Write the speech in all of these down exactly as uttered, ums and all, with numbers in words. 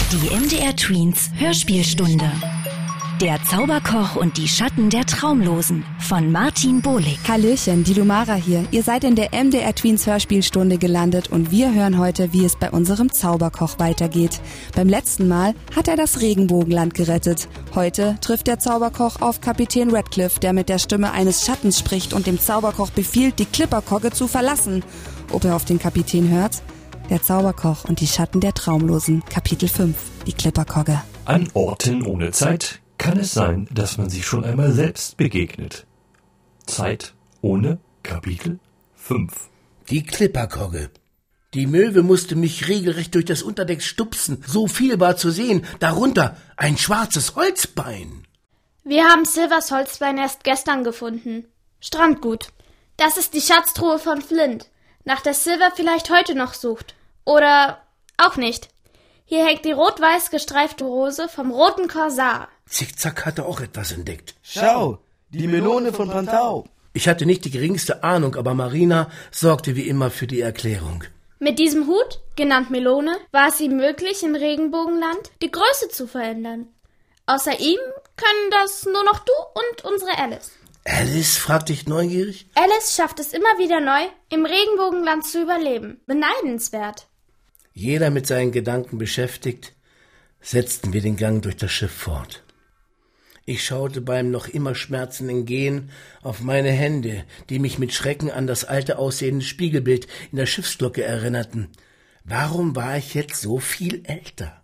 Die M D R Tweens Hörspielstunde. Der Zauberkoch und die Schatten der Traumlosen von Martin Bohlig. Hallöchen, die Lumara hier. Ihr seid in der M D R Tweens Hörspielstunde gelandet und wir hören heute, wie es bei unserem Zauberkoch weitergeht. Beim letzten Mal hat er das Regenbogenland gerettet. Heute trifft der Zauberkoch auf Kapitän Radcliffe, der mit der Stimme eines Schattens spricht und dem Zauberkoch befiehlt, die Klipperkogge zu verlassen. Ob er auf den Kapitän hört? Der Zauberkoch und die Schatten der Traumlosen, Kapitel fünf, die Klipperkogge. An Orten ohne Zeit kann es sein, dass man sich schon einmal selbst begegnet. Zeit ohne Kapitel fünf. Die Klipperkogge. Die Möwe musste mich regelrecht durch das Unterdeck stupsen. So viel war zu sehen. Darunter ein schwarzes Holzbein. Wir haben Silvers Holzbein erst gestern gefunden. Strandgut. Das ist die Schatztruhe von Flint, nach der Silver vielleicht heute noch sucht. Oder auch nicht. Hier hängt die rot-weiß gestreifte Hose vom roten Korsar. Zickzack hatte auch etwas entdeckt. Schau, die Melone von Pantau. Ich hatte nicht die geringste Ahnung, aber Marina sorgte wie immer für die Erklärung. Mit diesem Hut, genannt Melone, war es ihm möglich, im Regenbogenland die Größe zu verändern. Außer ihm können das nur noch du und unsere Alice. Alice, fragte ich neugierig. Alice schafft es immer wieder neu, im Regenbogenland zu überleben. Beneidenswert. Jeder mit seinen Gedanken beschäftigt, setzten wir den Gang durch das Schiff fort. Ich schaute beim noch immer schmerzenden Gehen auf meine Hände, die mich mit Schrecken an das alte aussehende Spiegelbild in der Schiffsglocke erinnerten. Warum war ich jetzt so viel älter?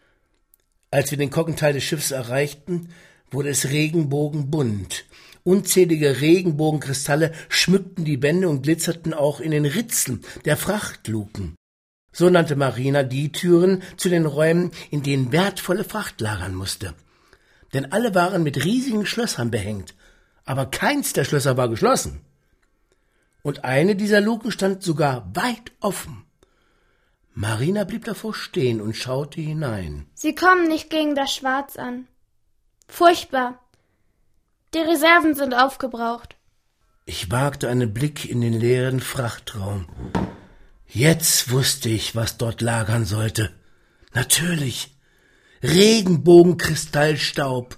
Als wir den Koggenteil des Schiffs erreichten, wurde es regenbogenbunt. Unzählige Regenbogenkristalle schmückten die Wände und glitzerten auch in den Ritzen der Frachtluken. So nannte Marina die Türen zu den Räumen, in denen wertvolle Fracht lagern musste. Denn alle waren mit riesigen Schlössern behängt, aber keins der Schlösser war geschlossen. Und eine dieser Luken stand sogar weit offen. Marina blieb davor stehen und schaute hinein. Sie kommen nicht gegen das Schwarz an. Furchtbar. Die Reserven sind aufgebraucht. Ich wagte einen Blick in den leeren Frachtraum. Jetzt wusste ich, was dort lagern sollte. Natürlich. Regenbogenkristallstaub.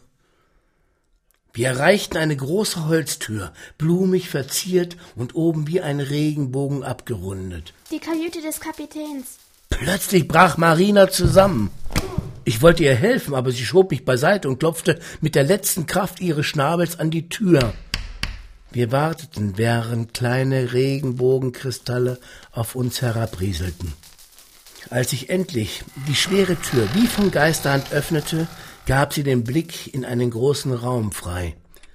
Wir erreichten eine große Holztür, blumig verziert und oben wie ein Regenbogen abgerundet. Die Kajüte des Kapitäns. Plötzlich brach Marina zusammen. Ich wollte ihr helfen, aber sie schob mich beiseite und klopfte mit der letzten Kraft ihres Schnabels an die Tür. Wir warteten, während kleine Regenbogenkristalle auf uns herabrieselten. Als ich endlich die schwere Tür wie von Geisterhand öffnete, gab sie den Blick in einen großen Raum frei.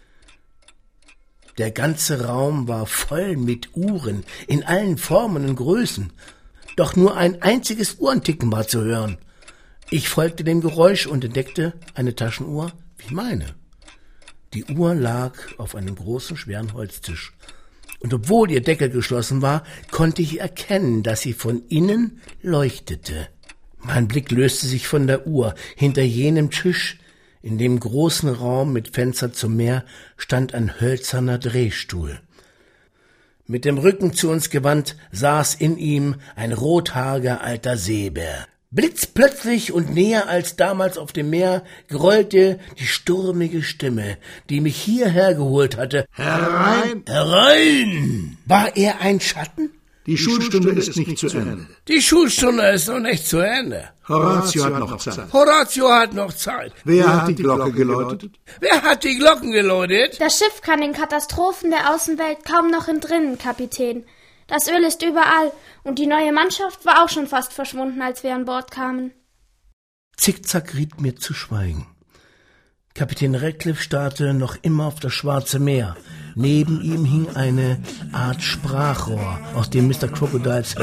Der ganze Raum war voll mit Uhren in allen Formen und Größen, doch nur ein einziges Uhrenticken war zu hören. Ich folgte dem Geräusch und entdeckte eine Taschenuhr wie meine. Die Uhr lag auf einem großen, schweren Holztisch. Und obwohl ihr Deckel geschlossen war, konnte ich erkennen, dass sie von innen leuchtete. Mein Blick löste sich von der Uhr. Hinter jenem Tisch, in dem großen Raum mit Fenster zum Meer, stand ein hölzerner Drehstuhl. Mit dem Rücken zu uns gewandt, saß in ihm ein rothaariger alter Seebär. Blitzplötzlich und näher als damals auf dem Meer grollte die sturmige Stimme, die mich hierher geholt hatte. Herein! Herein! War er ein Schatten? Die Schulstunde ist nicht zu Ende. Die Schulstunde ist noch nicht zu Ende. Horatio hat noch Zeit. Horatio hat noch Zeit. Wer hat die Glocke geläutet? Wer hat die Glocken geläutet? Das Schiff kann den Katastrophen der Außenwelt kaum noch entrinnen, Kapitän. Das Öl ist überall und die neue Mannschaft war auch schon fast verschwunden, als wir an Bord kamen. Zickzack riet mir zu schweigen. Kapitän Radcliffe starrte noch immer auf das Schwarze Meer. Neben ihm hing eine Art Sprachrohr, aus dem Mister Crocodiles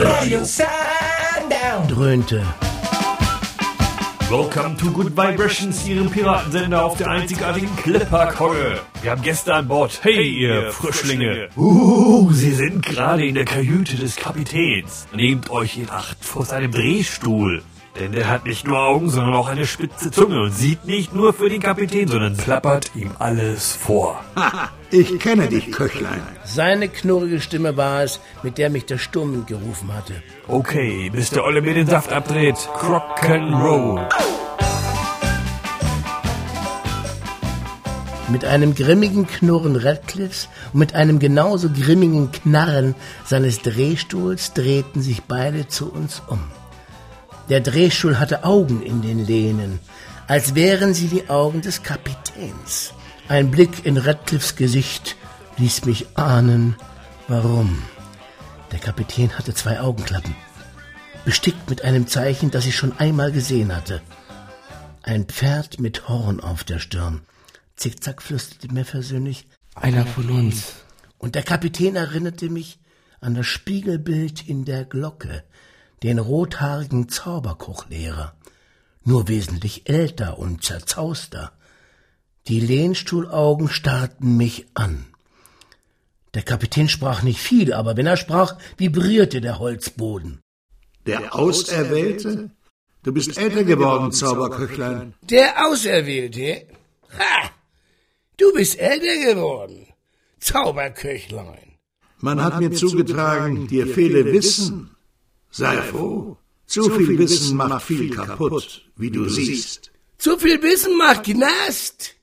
dröhnte. Welcome to Good Vibrations, Ihrem Piratensender auf der einzigartigen Klipperkogge. Wir haben Gäste an Bord. Hey, ihr Frischlinge. Uh, Sie sind gerade in der Kajüte des Kapitäns. Nehmt euch in Acht vor seinem Drehstuhl. Denn der hat nicht nur Augen, sondern auch eine spitze Zunge und sieht nicht nur für den Kapitän, sondern plappert ihm alles vor. Haha, ich kenne dich, Köchlein. Seine knurrige Stimme war es, mit der mich der Sturm gerufen hatte. Okay, bis der Olle mir den Saft abdreht. Rock'n'Roll. Mit einem grimmigen Knurren Radcliffes und mit einem genauso grimmigen Knarren seines Drehstuhls drehten sich beide zu uns um. Der Drehstuhl hatte Augen in den Lehnen, als wären sie die Augen des Kapitäns. Ein Blick in Radcliffes Gesicht ließ mich ahnen, warum. Der Kapitän hatte zwei Augenklappen, bestickt mit einem Zeichen, das ich schon einmal gesehen hatte. Ein Pferd mit Horn auf der Stirn. Zickzack flüsterte mir versöhnlich, einer von uns. Und der Kapitän erinnerte mich an das Spiegelbild in der Glocke, den rothaarigen Zauberkochlehrer, nur wesentlich älter und zerzauster. Die Lehnstuhlaugen starrten mich an. Der Kapitän sprach nicht viel, aber wenn er sprach, vibrierte der Holzboden. Der Auserwählte? Du bist älter geworden, Zauberköchlein. Der Auserwählte? Ha! Du bist älter geworden, Zauberköchlein. Man hat mir zugetragen, dir fehle Wissen. Sei froh, zu viel Wissen macht viel kaputt, wie du siehst. Zu viel Wissen macht Knast,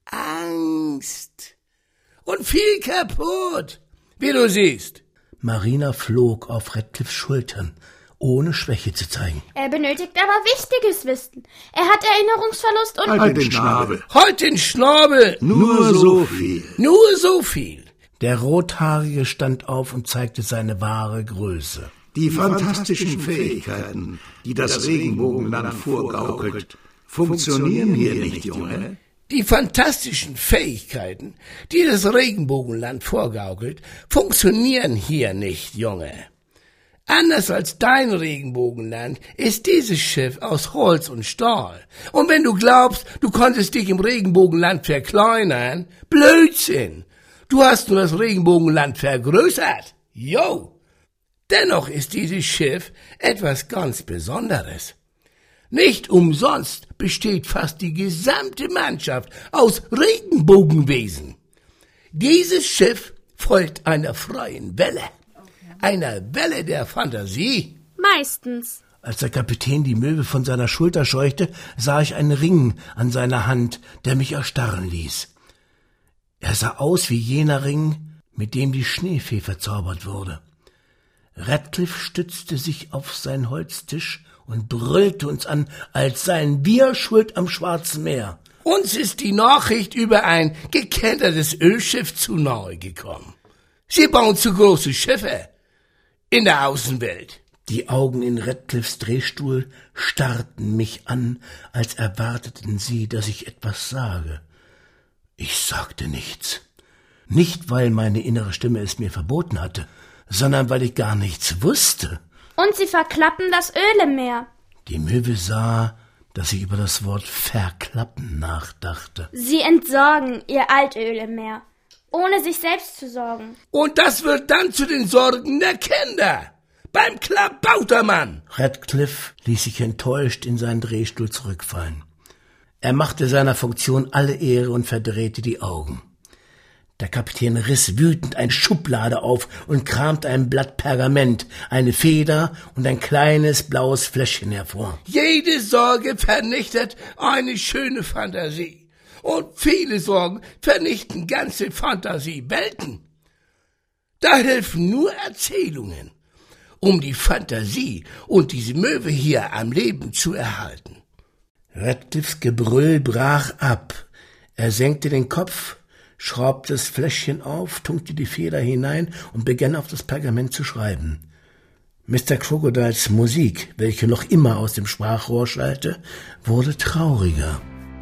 Angst und viel kaputt, wie du siehst. Marina flog auf Radcliffes Schultern, ohne Schwäche zu zeigen. Er benötigt aber wichtiges Wissen. Er hat Erinnerungsverlust und... Halt den Schnabel. Halt den Schnabel! Nur so viel. Nur so viel. Der Rothaarige stand auf und zeigte seine wahre Größe. Die fantastischen Fähigkeiten, die das Regenbogenland vorgaukelt, funktionieren hier nicht, Junge. Die fantastischen Fähigkeiten, die das Regenbogenland vorgaukelt, funktionieren hier nicht, Junge. Anders als dein Regenbogenland ist dieses Schiff aus Holz und Stahl. Und wenn du glaubst, du konntest dich im Regenbogenland verkleinern, Blödsinn. Du hast nur das Regenbogenland vergrößert. Jo! Dennoch ist dieses Schiff etwas ganz Besonderes. Nicht umsonst besteht fast die gesamte Mannschaft aus Regenbogenwesen. Dieses Schiff folgt einer freien Welle, einer Welle der Fantasie. Meistens. Als der Kapitän die Möwe von seiner Schulter scheuchte, sah ich einen Ring an seiner Hand, der mich erstarren ließ. Er sah aus wie jener Ring, mit dem die Schneefee verzaubert wurde. Radcliffe stützte sich auf seinen Holztisch und brüllte uns an, als seien wir schuld am Schwarzen Meer. Uns ist die Nachricht über ein gekentertes Ölschiff zu nahe gekommen. Sie bauen zu große Schiffe in der Außenwelt. Die Augen in Radcliffes Drehstuhl starrten mich an, als erwarteten sie, dass ich etwas sage. Ich sagte nichts. Nicht, weil meine innere Stimme es mir verboten hatte, sondern weil ich gar nichts wusste. Und sie verklappen das Öl im Meer. Die Möwe sah, dass ich über das Wort verklappen nachdachte. Sie entsorgen ihr Altöl im Meer, ohne sich selbst zu sorgen. Und das wird dann zu den Sorgen der Kinder. Beim Klabautermann. Radcliffe ließ sich enttäuscht in seinen Drehstuhl zurückfallen. Er machte seiner Funktion alle Ehre und verdrehte die Augen. Der Kapitän riss wütend eine Schublade auf und kramte ein Blatt Pergament, eine Feder und ein kleines blaues Fläschchen hervor. Jede Sorge vernichtet eine schöne Fantasie. Und viele Sorgen vernichten ganze Fantasiewelten. Da helfen nur Erzählungen, um die Fantasie und diese Möwe hier am Leben zu erhalten. Radcliffes Gebrüll brach ab. Er senkte den Kopf, schraubte das Fläschchen auf, tunkte die Feder hinein und begann auf das Pergament zu schreiben. Mister Crocodiles Musik, welche noch immer aus dem Sprachrohr schallte, wurde trauriger.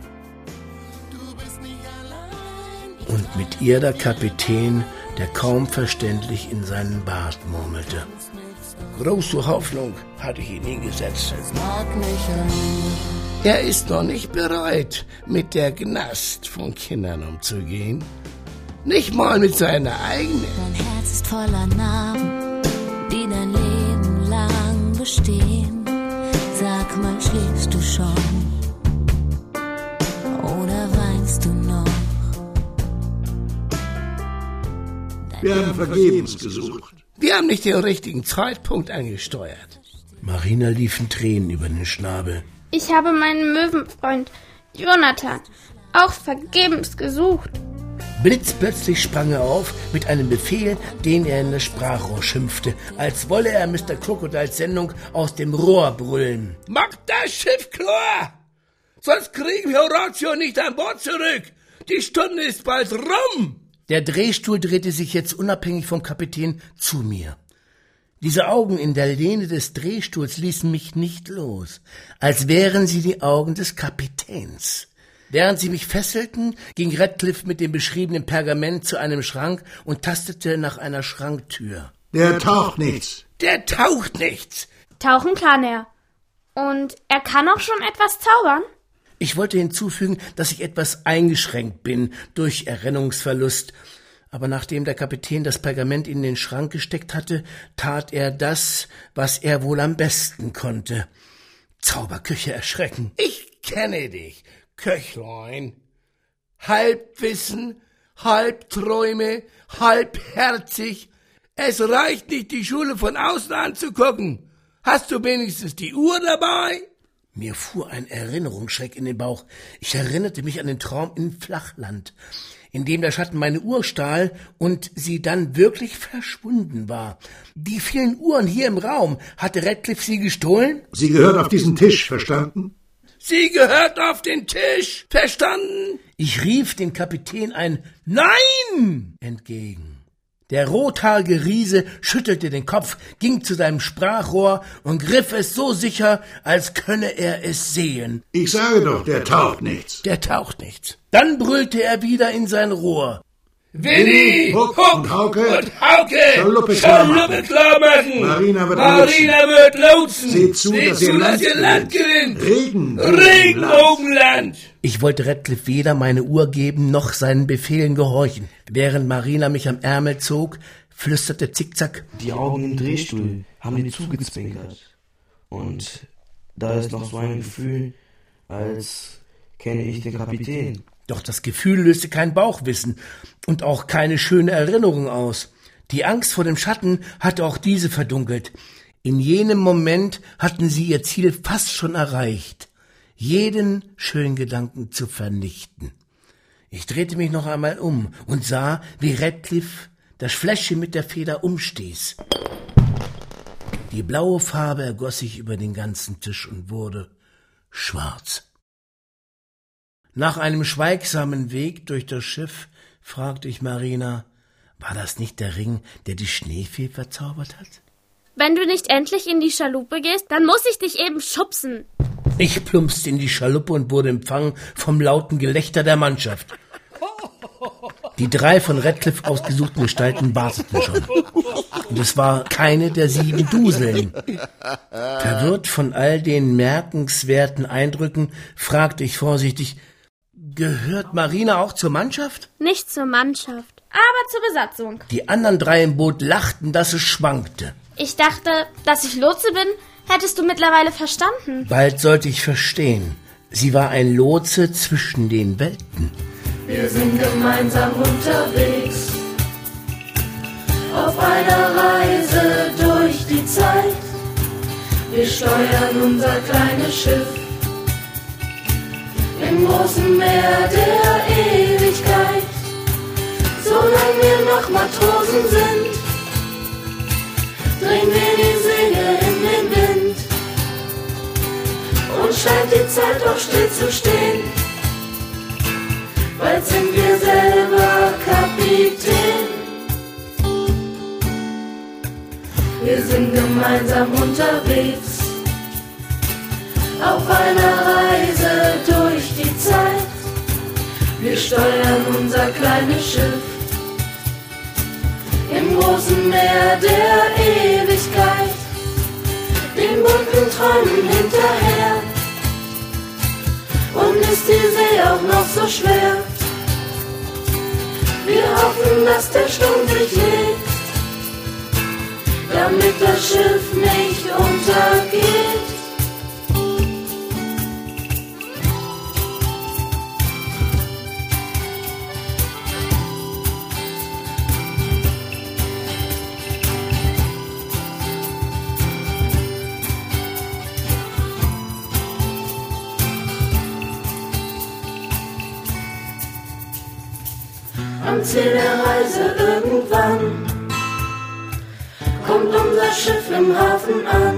Und mit ihr der Kapitän, der kaum verständlich in seinen Bart murmelte. Große Hoffnung hatte ich in ihn gesetzt. Er ist noch nicht bereit, mit der Gnast von Kindern umzugehen. Nicht mal mit seiner eigenen. Dein Herz ist voller Narben, die dein Leben lang bestehen. Sag mal, schläfst du schon? Oder weinst du noch? Wir haben vergebens gesucht. Wir haben nicht den richtigen Zeitpunkt angesteuert. Marina liefen Tränen über den Schnabel. Ich habe meinen Möwenfreund Jonathan auch vergebens gesucht. Blitzplötzlich sprang er auf mit einem Befehl, den er in das Sprachrohr schimpfte, als wolle er Mister Crocodiles Sendung aus dem Rohr brüllen. Macht das Schiff klar! Sonst kriegen wir Horatio nicht an Bord zurück! Die Stunde ist bald rum! Der Drehstuhl drehte sich jetzt unabhängig vom Kapitän zu mir. Diese Augen in der Lehne des Drehstuhls ließen mich nicht los, als wären sie die Augen des Kapitäns. Während sie mich fesselten, ging Radcliffe mit dem beschriebenen Pergament zu einem Schrank und tastete nach einer Schranktür. Der taucht nichts. Der taucht nichts. Tauchen kann er. Und er kann auch schon etwas zaubern? Ich wollte hinzufügen, dass ich etwas eingeschränkt bin durch Erinnerungsverlust. Aber nachdem der Kapitän das Pergament in den Schrank gesteckt hatte, tat er das, was er wohl am besten konnte. Zauberküche erschrecken. Ich kenne dich, Köchlein. Halbwissen, Halbträume, halbherzig. Es reicht nicht, die Schule von außen anzugucken. Hast du wenigstens die Uhr dabei? Mir fuhr ein Erinnerungsschreck in den Bauch. Ich erinnerte mich an den Traum in Flachland, in dem der Schatten meine Uhr stahl und sie dann wirklich verschwunden war. Die vielen Uhren hier im Raum, hatte Radcliffe sie gestohlen? Sie gehört auf diesen Tisch, verstanden? Sie gehört auf den Tisch, verstanden? Ich rief dem Kapitän ein Nein entgegen. Der rothaarige Riese schüttelte den Kopf, ging zu seinem Sprachrohr und griff es so sicher, als könne er es sehen. Ich sage doch, der taucht nichts. Der taucht nichts. Dann brüllte er wieder in sein Rohr. Winnie, Huck, Huck und Hauke, und Hauke, Schaluppe klar machen. klar machen. Marina wird Marina lotsen. wird lotsen. Seht zu, Seht dass zu, ihr dass Land ihr Land gewinnt. Regen, Regenbogenland. Ich wollte Radcliffe weder meine Uhr geben, noch seinen Befehlen gehorchen. Während Marina mich am Ärmel zog, flüsterte Zickzack. Die Augen im Drehstuhl haben mir zugezwinkert. Und da ist noch so ein Gefühl, als kenne ich den Kapitän. Doch das Gefühl löste kein Bauchwissen und auch keine schöne Erinnerung aus. Die Angst vor dem Schatten hatte auch diese verdunkelt. In jenem Moment hatten sie ihr Ziel fast schon erreicht, jeden schönen Gedanken zu vernichten. Ich drehte mich noch einmal um und sah, wie Radcliffe das Fläschchen mit der Feder umstieß. Die blaue Farbe ergoss sich über den ganzen Tisch und wurde schwarz. Nach einem schweigsamen Weg durch das Schiff fragte ich Marina, war das nicht der Ring, der die Schneefee verzaubert hat? Wenn du nicht endlich in die Schaluppe gehst, dann muss ich dich eben schubsen. Ich plumpste in die Schaluppe und wurde empfangen vom lauten Gelächter der Mannschaft. Die drei von Radcliffe ausgesuchten Gestalten warteten schon. Und es war keine der sieben Duseln. Verwirrt von all den merkenswerten Eindrücken fragte ich vorsichtig, gehört Marina auch zur Mannschaft? Nicht zur Mannschaft, aber zur Besatzung. Die anderen drei im Boot lachten, dass es schwankte. Ich dachte, dass ich Lotse bin, hättest du mittlerweile verstanden. Bald sollte ich verstehen. Sie war ein Lotse zwischen den Welten. Wir sind gemeinsam unterwegs, auf einer Reise durch die Zeit. Wir steuern unser kleines Schiff im großen Meer der Ewigkeit. Solange wir noch Matrosen sind, drehen wir die Segel in den Wind und scheint die Zeit auch still zu stehen. Bald sind wir selber Kapitän. Wir sind gemeinsam unterwegs, auf einer Reise durch die Zeit. Wir steuern unser kleines Schiff im großen Meer der Ewigkeit, den bunten Träumen hinterher. Und ist die See auch noch so schwer? Wir hoffen, dass der Sturm sich legt, damit das Schiff nicht untergeht. Am Ziel der Reise irgendwann kommt unser Schiff im Hafen an.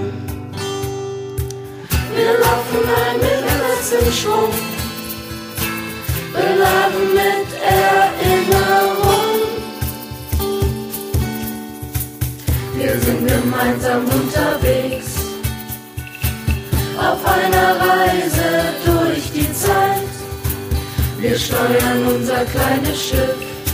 Wir laufen ein mit letztem Schwung, beladen mit Erinnerung. Wir sind gemeinsam unterwegs, auf einer Reise durch die Zeit. Wir steuern unser kleines Schiff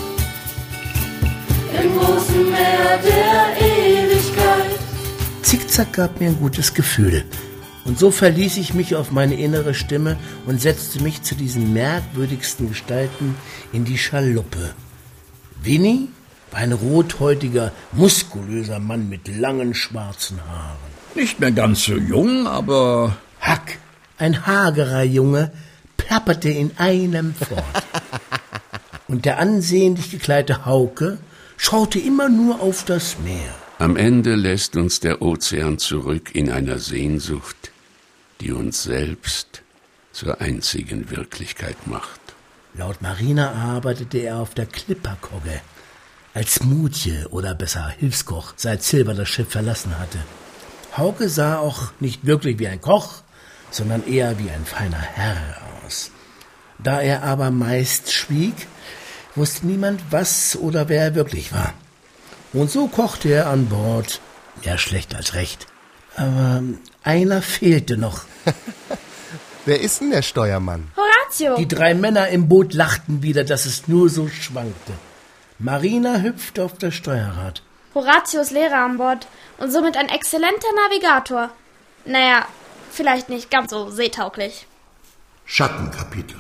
im großen Meer der Ewigkeit. Zickzack gab mir ein gutes Gefühl. Und so verließ ich mich auf meine innere Stimme und setzte mich zu diesen merkwürdigsten Gestalten in die Schaluppe. Winnie war ein rothäutiger, muskulöser Mann mit langen schwarzen Haaren. Nicht mehr ganz so jung, aber... Huck, ein hagerer Junge, plapperte in einem fort. Und der ansehnlich gekleidete Hauke schaute immer nur auf das Meer. Am Ende lässt uns der Ozean zurück in einer Sehnsucht, die uns selbst zur einzigen Wirklichkeit macht. Laut Marina arbeitete er auf der Klipperkogge, als Mutje oder besser Hilfskoch, seit Silver das Schiff verlassen hatte. Hauke sah auch nicht wirklich wie ein Koch, sondern eher wie ein feiner Herr aus. Da er aber meist schwieg, wusste niemand, was oder wer er wirklich war. Und so kochte er an Bord, mehr schlecht als recht. Aber einer fehlte noch. Wer ist denn der Steuermann? Horatio! Die drei Männer im Boot lachten wieder, dass es nur so schwankte. Marina hüpfte auf das Steuerrad. Horatio ist Lehrer an Bord und somit ein exzellenter Navigator. Naja, vielleicht nicht ganz so seetauglich. Schattenkapitel.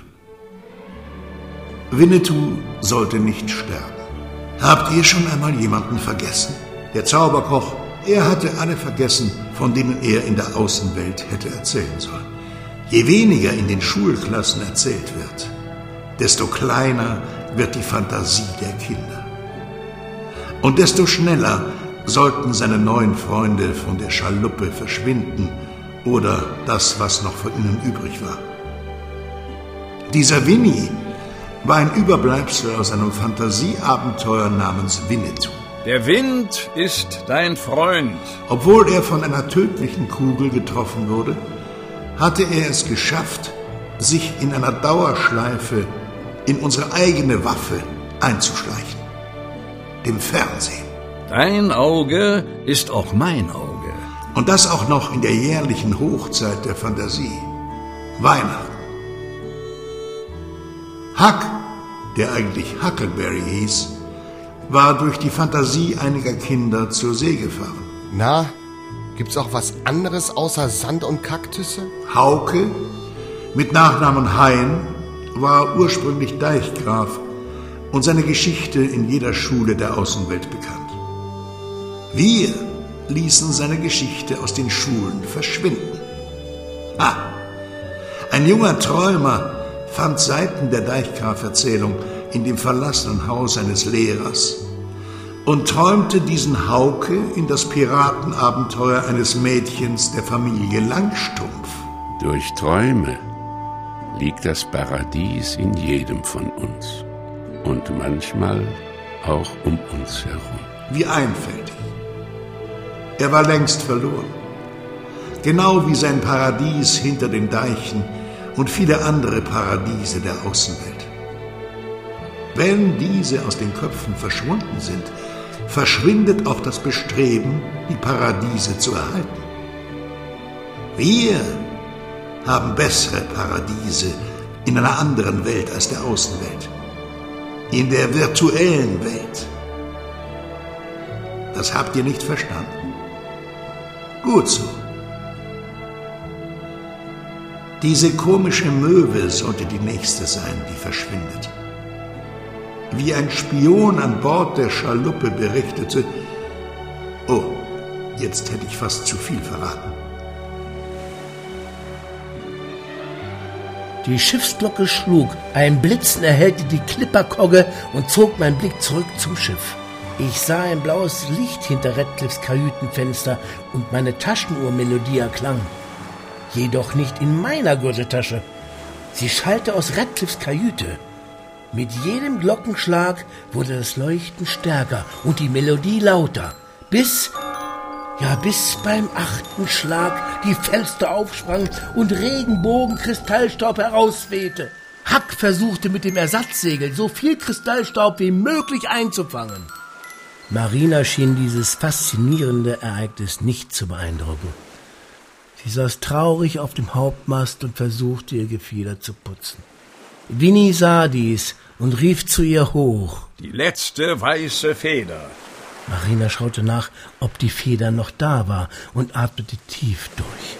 Winnetou sollte nicht sterben. Habt ihr schon einmal jemanden vergessen? Der Zauberkoch, er hatte alle vergessen, von denen er in der Außenwelt hätte erzählen sollen. Je weniger in den Schulklassen erzählt wird, desto kleiner wird die Fantasie der Kinder. Und desto schneller sollten seine neuen Freunde von der Schaluppe verschwinden oder das, was noch von ihnen übrig war. Dieser Winnie war ein Überbleibsel aus einem Fantasieabenteuer namens Winnetou. Der Wind ist dein Freund. Obwohl er von einer tödlichen Kugel getroffen wurde, hatte er es geschafft, sich in einer Dauerschleife in unsere eigene Waffe einzuschleichen. Dem Fernsehen. Dein Auge ist auch mein Auge. Und das auch noch in der jährlichen Hochzeit der Fantasie. Weihnachten. Huck, der eigentlich Huckleberry hieß, war durch die Fantasie einiger Kinder zur See gefahren. Na, gibt's auch was anderes außer Sand und Kaktüsse? Hauke, mit Nachnamen Hein, war ursprünglich Deichgraf und seine Geschichte in jeder Schule der Außenwelt bekannt. Wir ließen seine Geschichte aus den Schulen verschwinden. Ah, ein junger Träumer fand Seiten der Deichgraf-Erzählung in dem verlassenen Haus eines Lehrers und träumte diesen Hauke in das Piratenabenteuer eines Mädchens der Familie Langstumpf. Durch Träume liegt das Paradies in jedem von uns und manchmal auch um uns herum. Wie einfältig. Er war längst verloren. Genau wie sein Paradies hinter den Deichen und viele andere Paradiese der Außenwelt. Wenn diese aus den Köpfen verschwunden sind, verschwindet auch das Bestreben, die Paradiese zu erhalten. Wir haben bessere Paradiese in einer anderen Welt als der Außenwelt. In der virtuellen Welt. Das habt ihr nicht verstanden? Gut so. Diese komische Möwe sollte die nächste sein, die verschwindet. Wie ein Spion an Bord der Schaluppe berichtete, oh, jetzt hätte ich fast zu viel verraten. Die Schiffsglocke schlug, ein Blitzen erhellte die Klipperkogge und zog meinen Blick zurück zum Schiff. Ich sah ein blaues Licht hinter Radcliffes Kajütenfenster und meine Taschenuhrmelodie erklang. Jedoch nicht in meiner Gürteltasche. Sie schallte aus Radcliffes Kajüte. Mit jedem Glockenschlag wurde das Leuchten stärker und die Melodie lauter, bis, ja bis beim achten Schlag die Fenster aufsprang und Regenbogen-Kristallstaub herauswehte. Huck versuchte mit dem Ersatzsegel so viel Kristallstaub wie möglich einzufangen. Marina schien dieses faszinierende Ereignis nicht zu beeindrucken. Sie saß traurig auf dem Hauptmast und versuchte, ihr Gefieder zu putzen. Winnie sah dies und rief zu ihr hoch. Die letzte weiße Feder. Marina schaute nach, ob die Feder noch da war und atmete tief durch.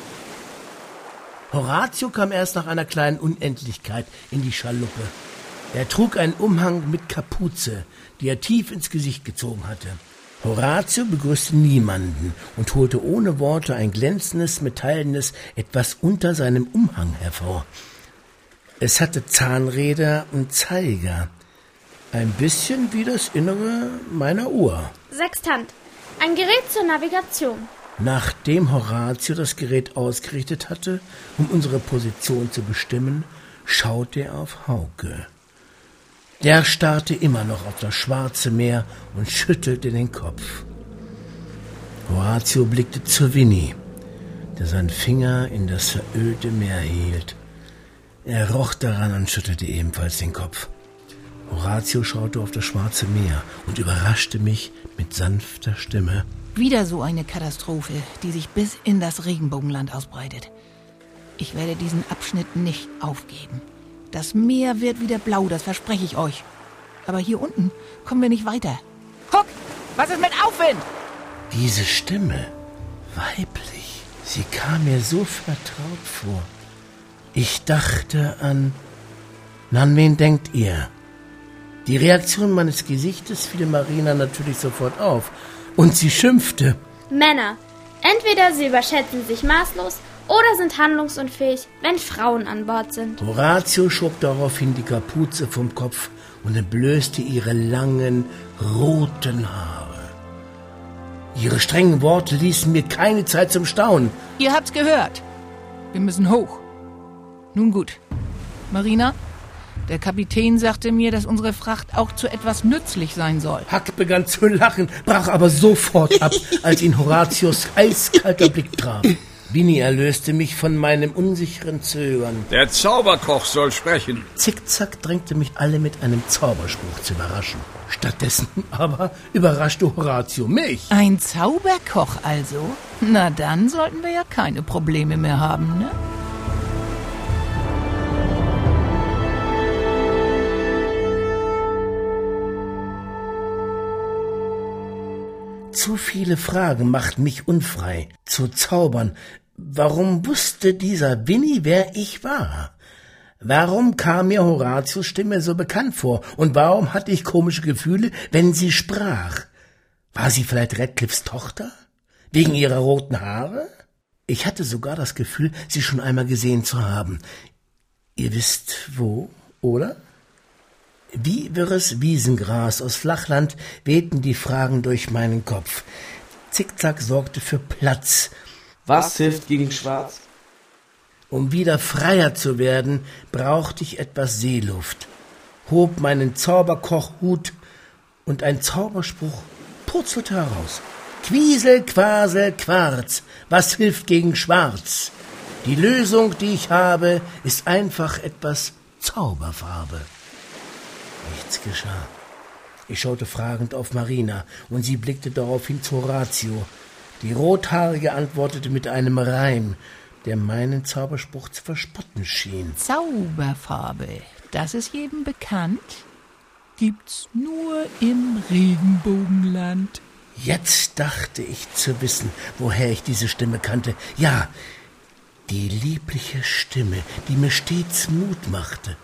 Horatio kam erst nach einer kleinen Unendlichkeit in die Schaluppe. Er trug einen Umhang mit Kapuze, die er tief ins Gesicht gezogen hatte. Horatio begrüßte niemanden und holte ohne Worte ein glänzendes, metallenes etwas unter seinem Umhang hervor. Es hatte Zahnräder und Zeiger. Ein bisschen wie das Innere meiner Uhr. Sextant. Ein Gerät zur Navigation. Nachdem Horatio das Gerät ausgerichtet hatte, um unsere Position zu bestimmen, schaute er auf Hauke. Der starrte immer noch auf das schwarze Meer und schüttelte den Kopf. Horatio blickte zu Winnie, der seinen Finger in das verölte Meer hielt. Er roch daran und schüttelte ebenfalls den Kopf. Horatio schaute auf das schwarze Meer und überraschte mich mit sanfter Stimme. Wieder so eine Katastrophe, die sich bis in das Regenbogenland ausbreitet. Ich werde diesen Abschnitt nicht aufgeben. Das Meer wird wieder blau, das verspreche ich euch. Aber hier unten kommen wir nicht weiter. Huck, was ist mit Aufwind? Diese Stimme, weiblich, sie kam mir so vertraut vor. Ich dachte an... An wen denkt ihr? Die Reaktion meines Gesichtes fiel Marina natürlich sofort auf. Und sie schimpfte. Männer. Entweder sie überschätzen sich maßlos oder sind handlungsunfähig, wenn Frauen an Bord sind. Horatio schob daraufhin die Kapuze vom Kopf und entblößte ihre langen, roten Haare. Ihre strengen Worte ließen mir keine Zeit zum Staunen. Ihr habt's gehört. Wir müssen hoch. Nun gut. Marina, der Kapitän sagte mir, dass unsere Fracht auch zu etwas nützlich sein soll. Huck begann zu lachen, brach aber sofort ab, als ihn Horatius eiskalter Blick traf. Winnie erlöste mich von meinem unsicheren Zögern. Der Zauberkoch soll sprechen. Zickzack drängte mich alle mit einem Zauberspruch zu überraschen. Stattdessen aber überraschte Horatio mich. Ein Zauberkoch also? Na dann sollten wir ja keine Probleme mehr haben, ne? Zu viele Fragen machten mich unfrei zu zaubern. Warum wusste dieser Winnie, wer ich war? Warum kam mir Horatius Stimme so bekannt vor? Und warum hatte ich komische Gefühle, wenn sie sprach? War sie vielleicht Radcliffes Tochter? Wegen ihrer roten Haare? Ich hatte sogar das Gefühl, sie schon einmal gesehen zu haben. Ihr wisst wo, oder? Wie wirres Wiesengras aus Flachland wehten die Fragen durch meinen Kopf. Zickzack sorgte für Platz. Was hilft gegen Schwarz? Um wieder freier zu werden, brauchte ich etwas Seeluft, hob meinen Zauberkochhut und ein Zauberspruch purzelte heraus. Quiesel, Quasel, Quarz, was hilft gegen Schwarz? Die Lösung, die ich habe, ist einfach etwas Zauberfarbe. Nichts geschah. Ich schaute fragend auf Marina, und sie blickte daraufhin zu Horatio. Die Rothaarige antwortete mit einem Reim, der meinen Zauberspruch zu verspotten schien. Zauberfarbe, das ist jedem bekannt, gibt's nur im Regenbogenland. Jetzt dachte ich zu wissen, woher ich diese Stimme kannte. Ja, die liebliche Stimme, die mir stets Mut machte.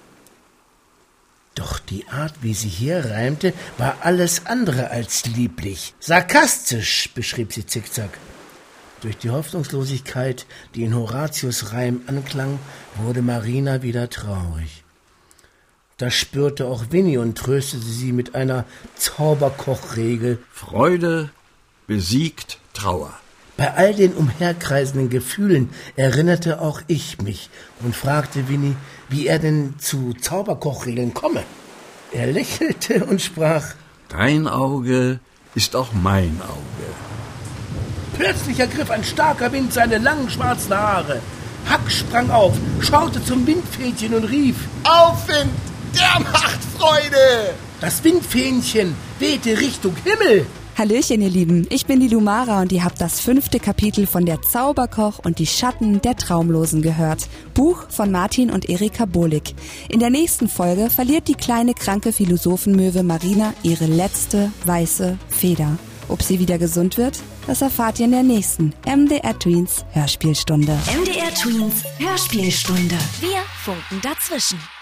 Doch die Art, wie sie hier reimte, war alles andere als lieblich. Sarkastisch, beschrieb sie Zickzack. Durch die Hoffnungslosigkeit, die in Horatius Reim anklang, wurde Marina wieder traurig. Das spürte auch Winnie und tröstete sie mit einer Zauberkochregel. Freude besiegt Trauer. Bei all den umherkreisenden Gefühlen erinnerte auch ich mich und fragte Winnie, wie er denn zu Zauberkochregeln komme. Er lächelte und sprach: Dein Auge ist auch mein Auge. Plötzlich ergriff ein starker Wind seine langen schwarzen Haare. Huck sprang auf, schaute zum Windfähnchen und rief: Aufwind, der macht Freude! Das Windfähnchen wehte Richtung Himmel. Hallöchen, ihr Lieben, ich bin die Lumara und ihr habt das fünfte Kapitel von Der Zauberkoch und die Schatten der Traumlosen gehört. Buch von Martin und Erika Bohlig. In der nächsten Folge verliert die kleine kranke Philosophenmöwe Marina ihre letzte weiße Feder. Ob sie wieder gesund wird, das erfahrt ihr in der nächsten M D R Tweens Hörspielstunde. M D R Tweens Hörspielstunde. Wir funken dazwischen.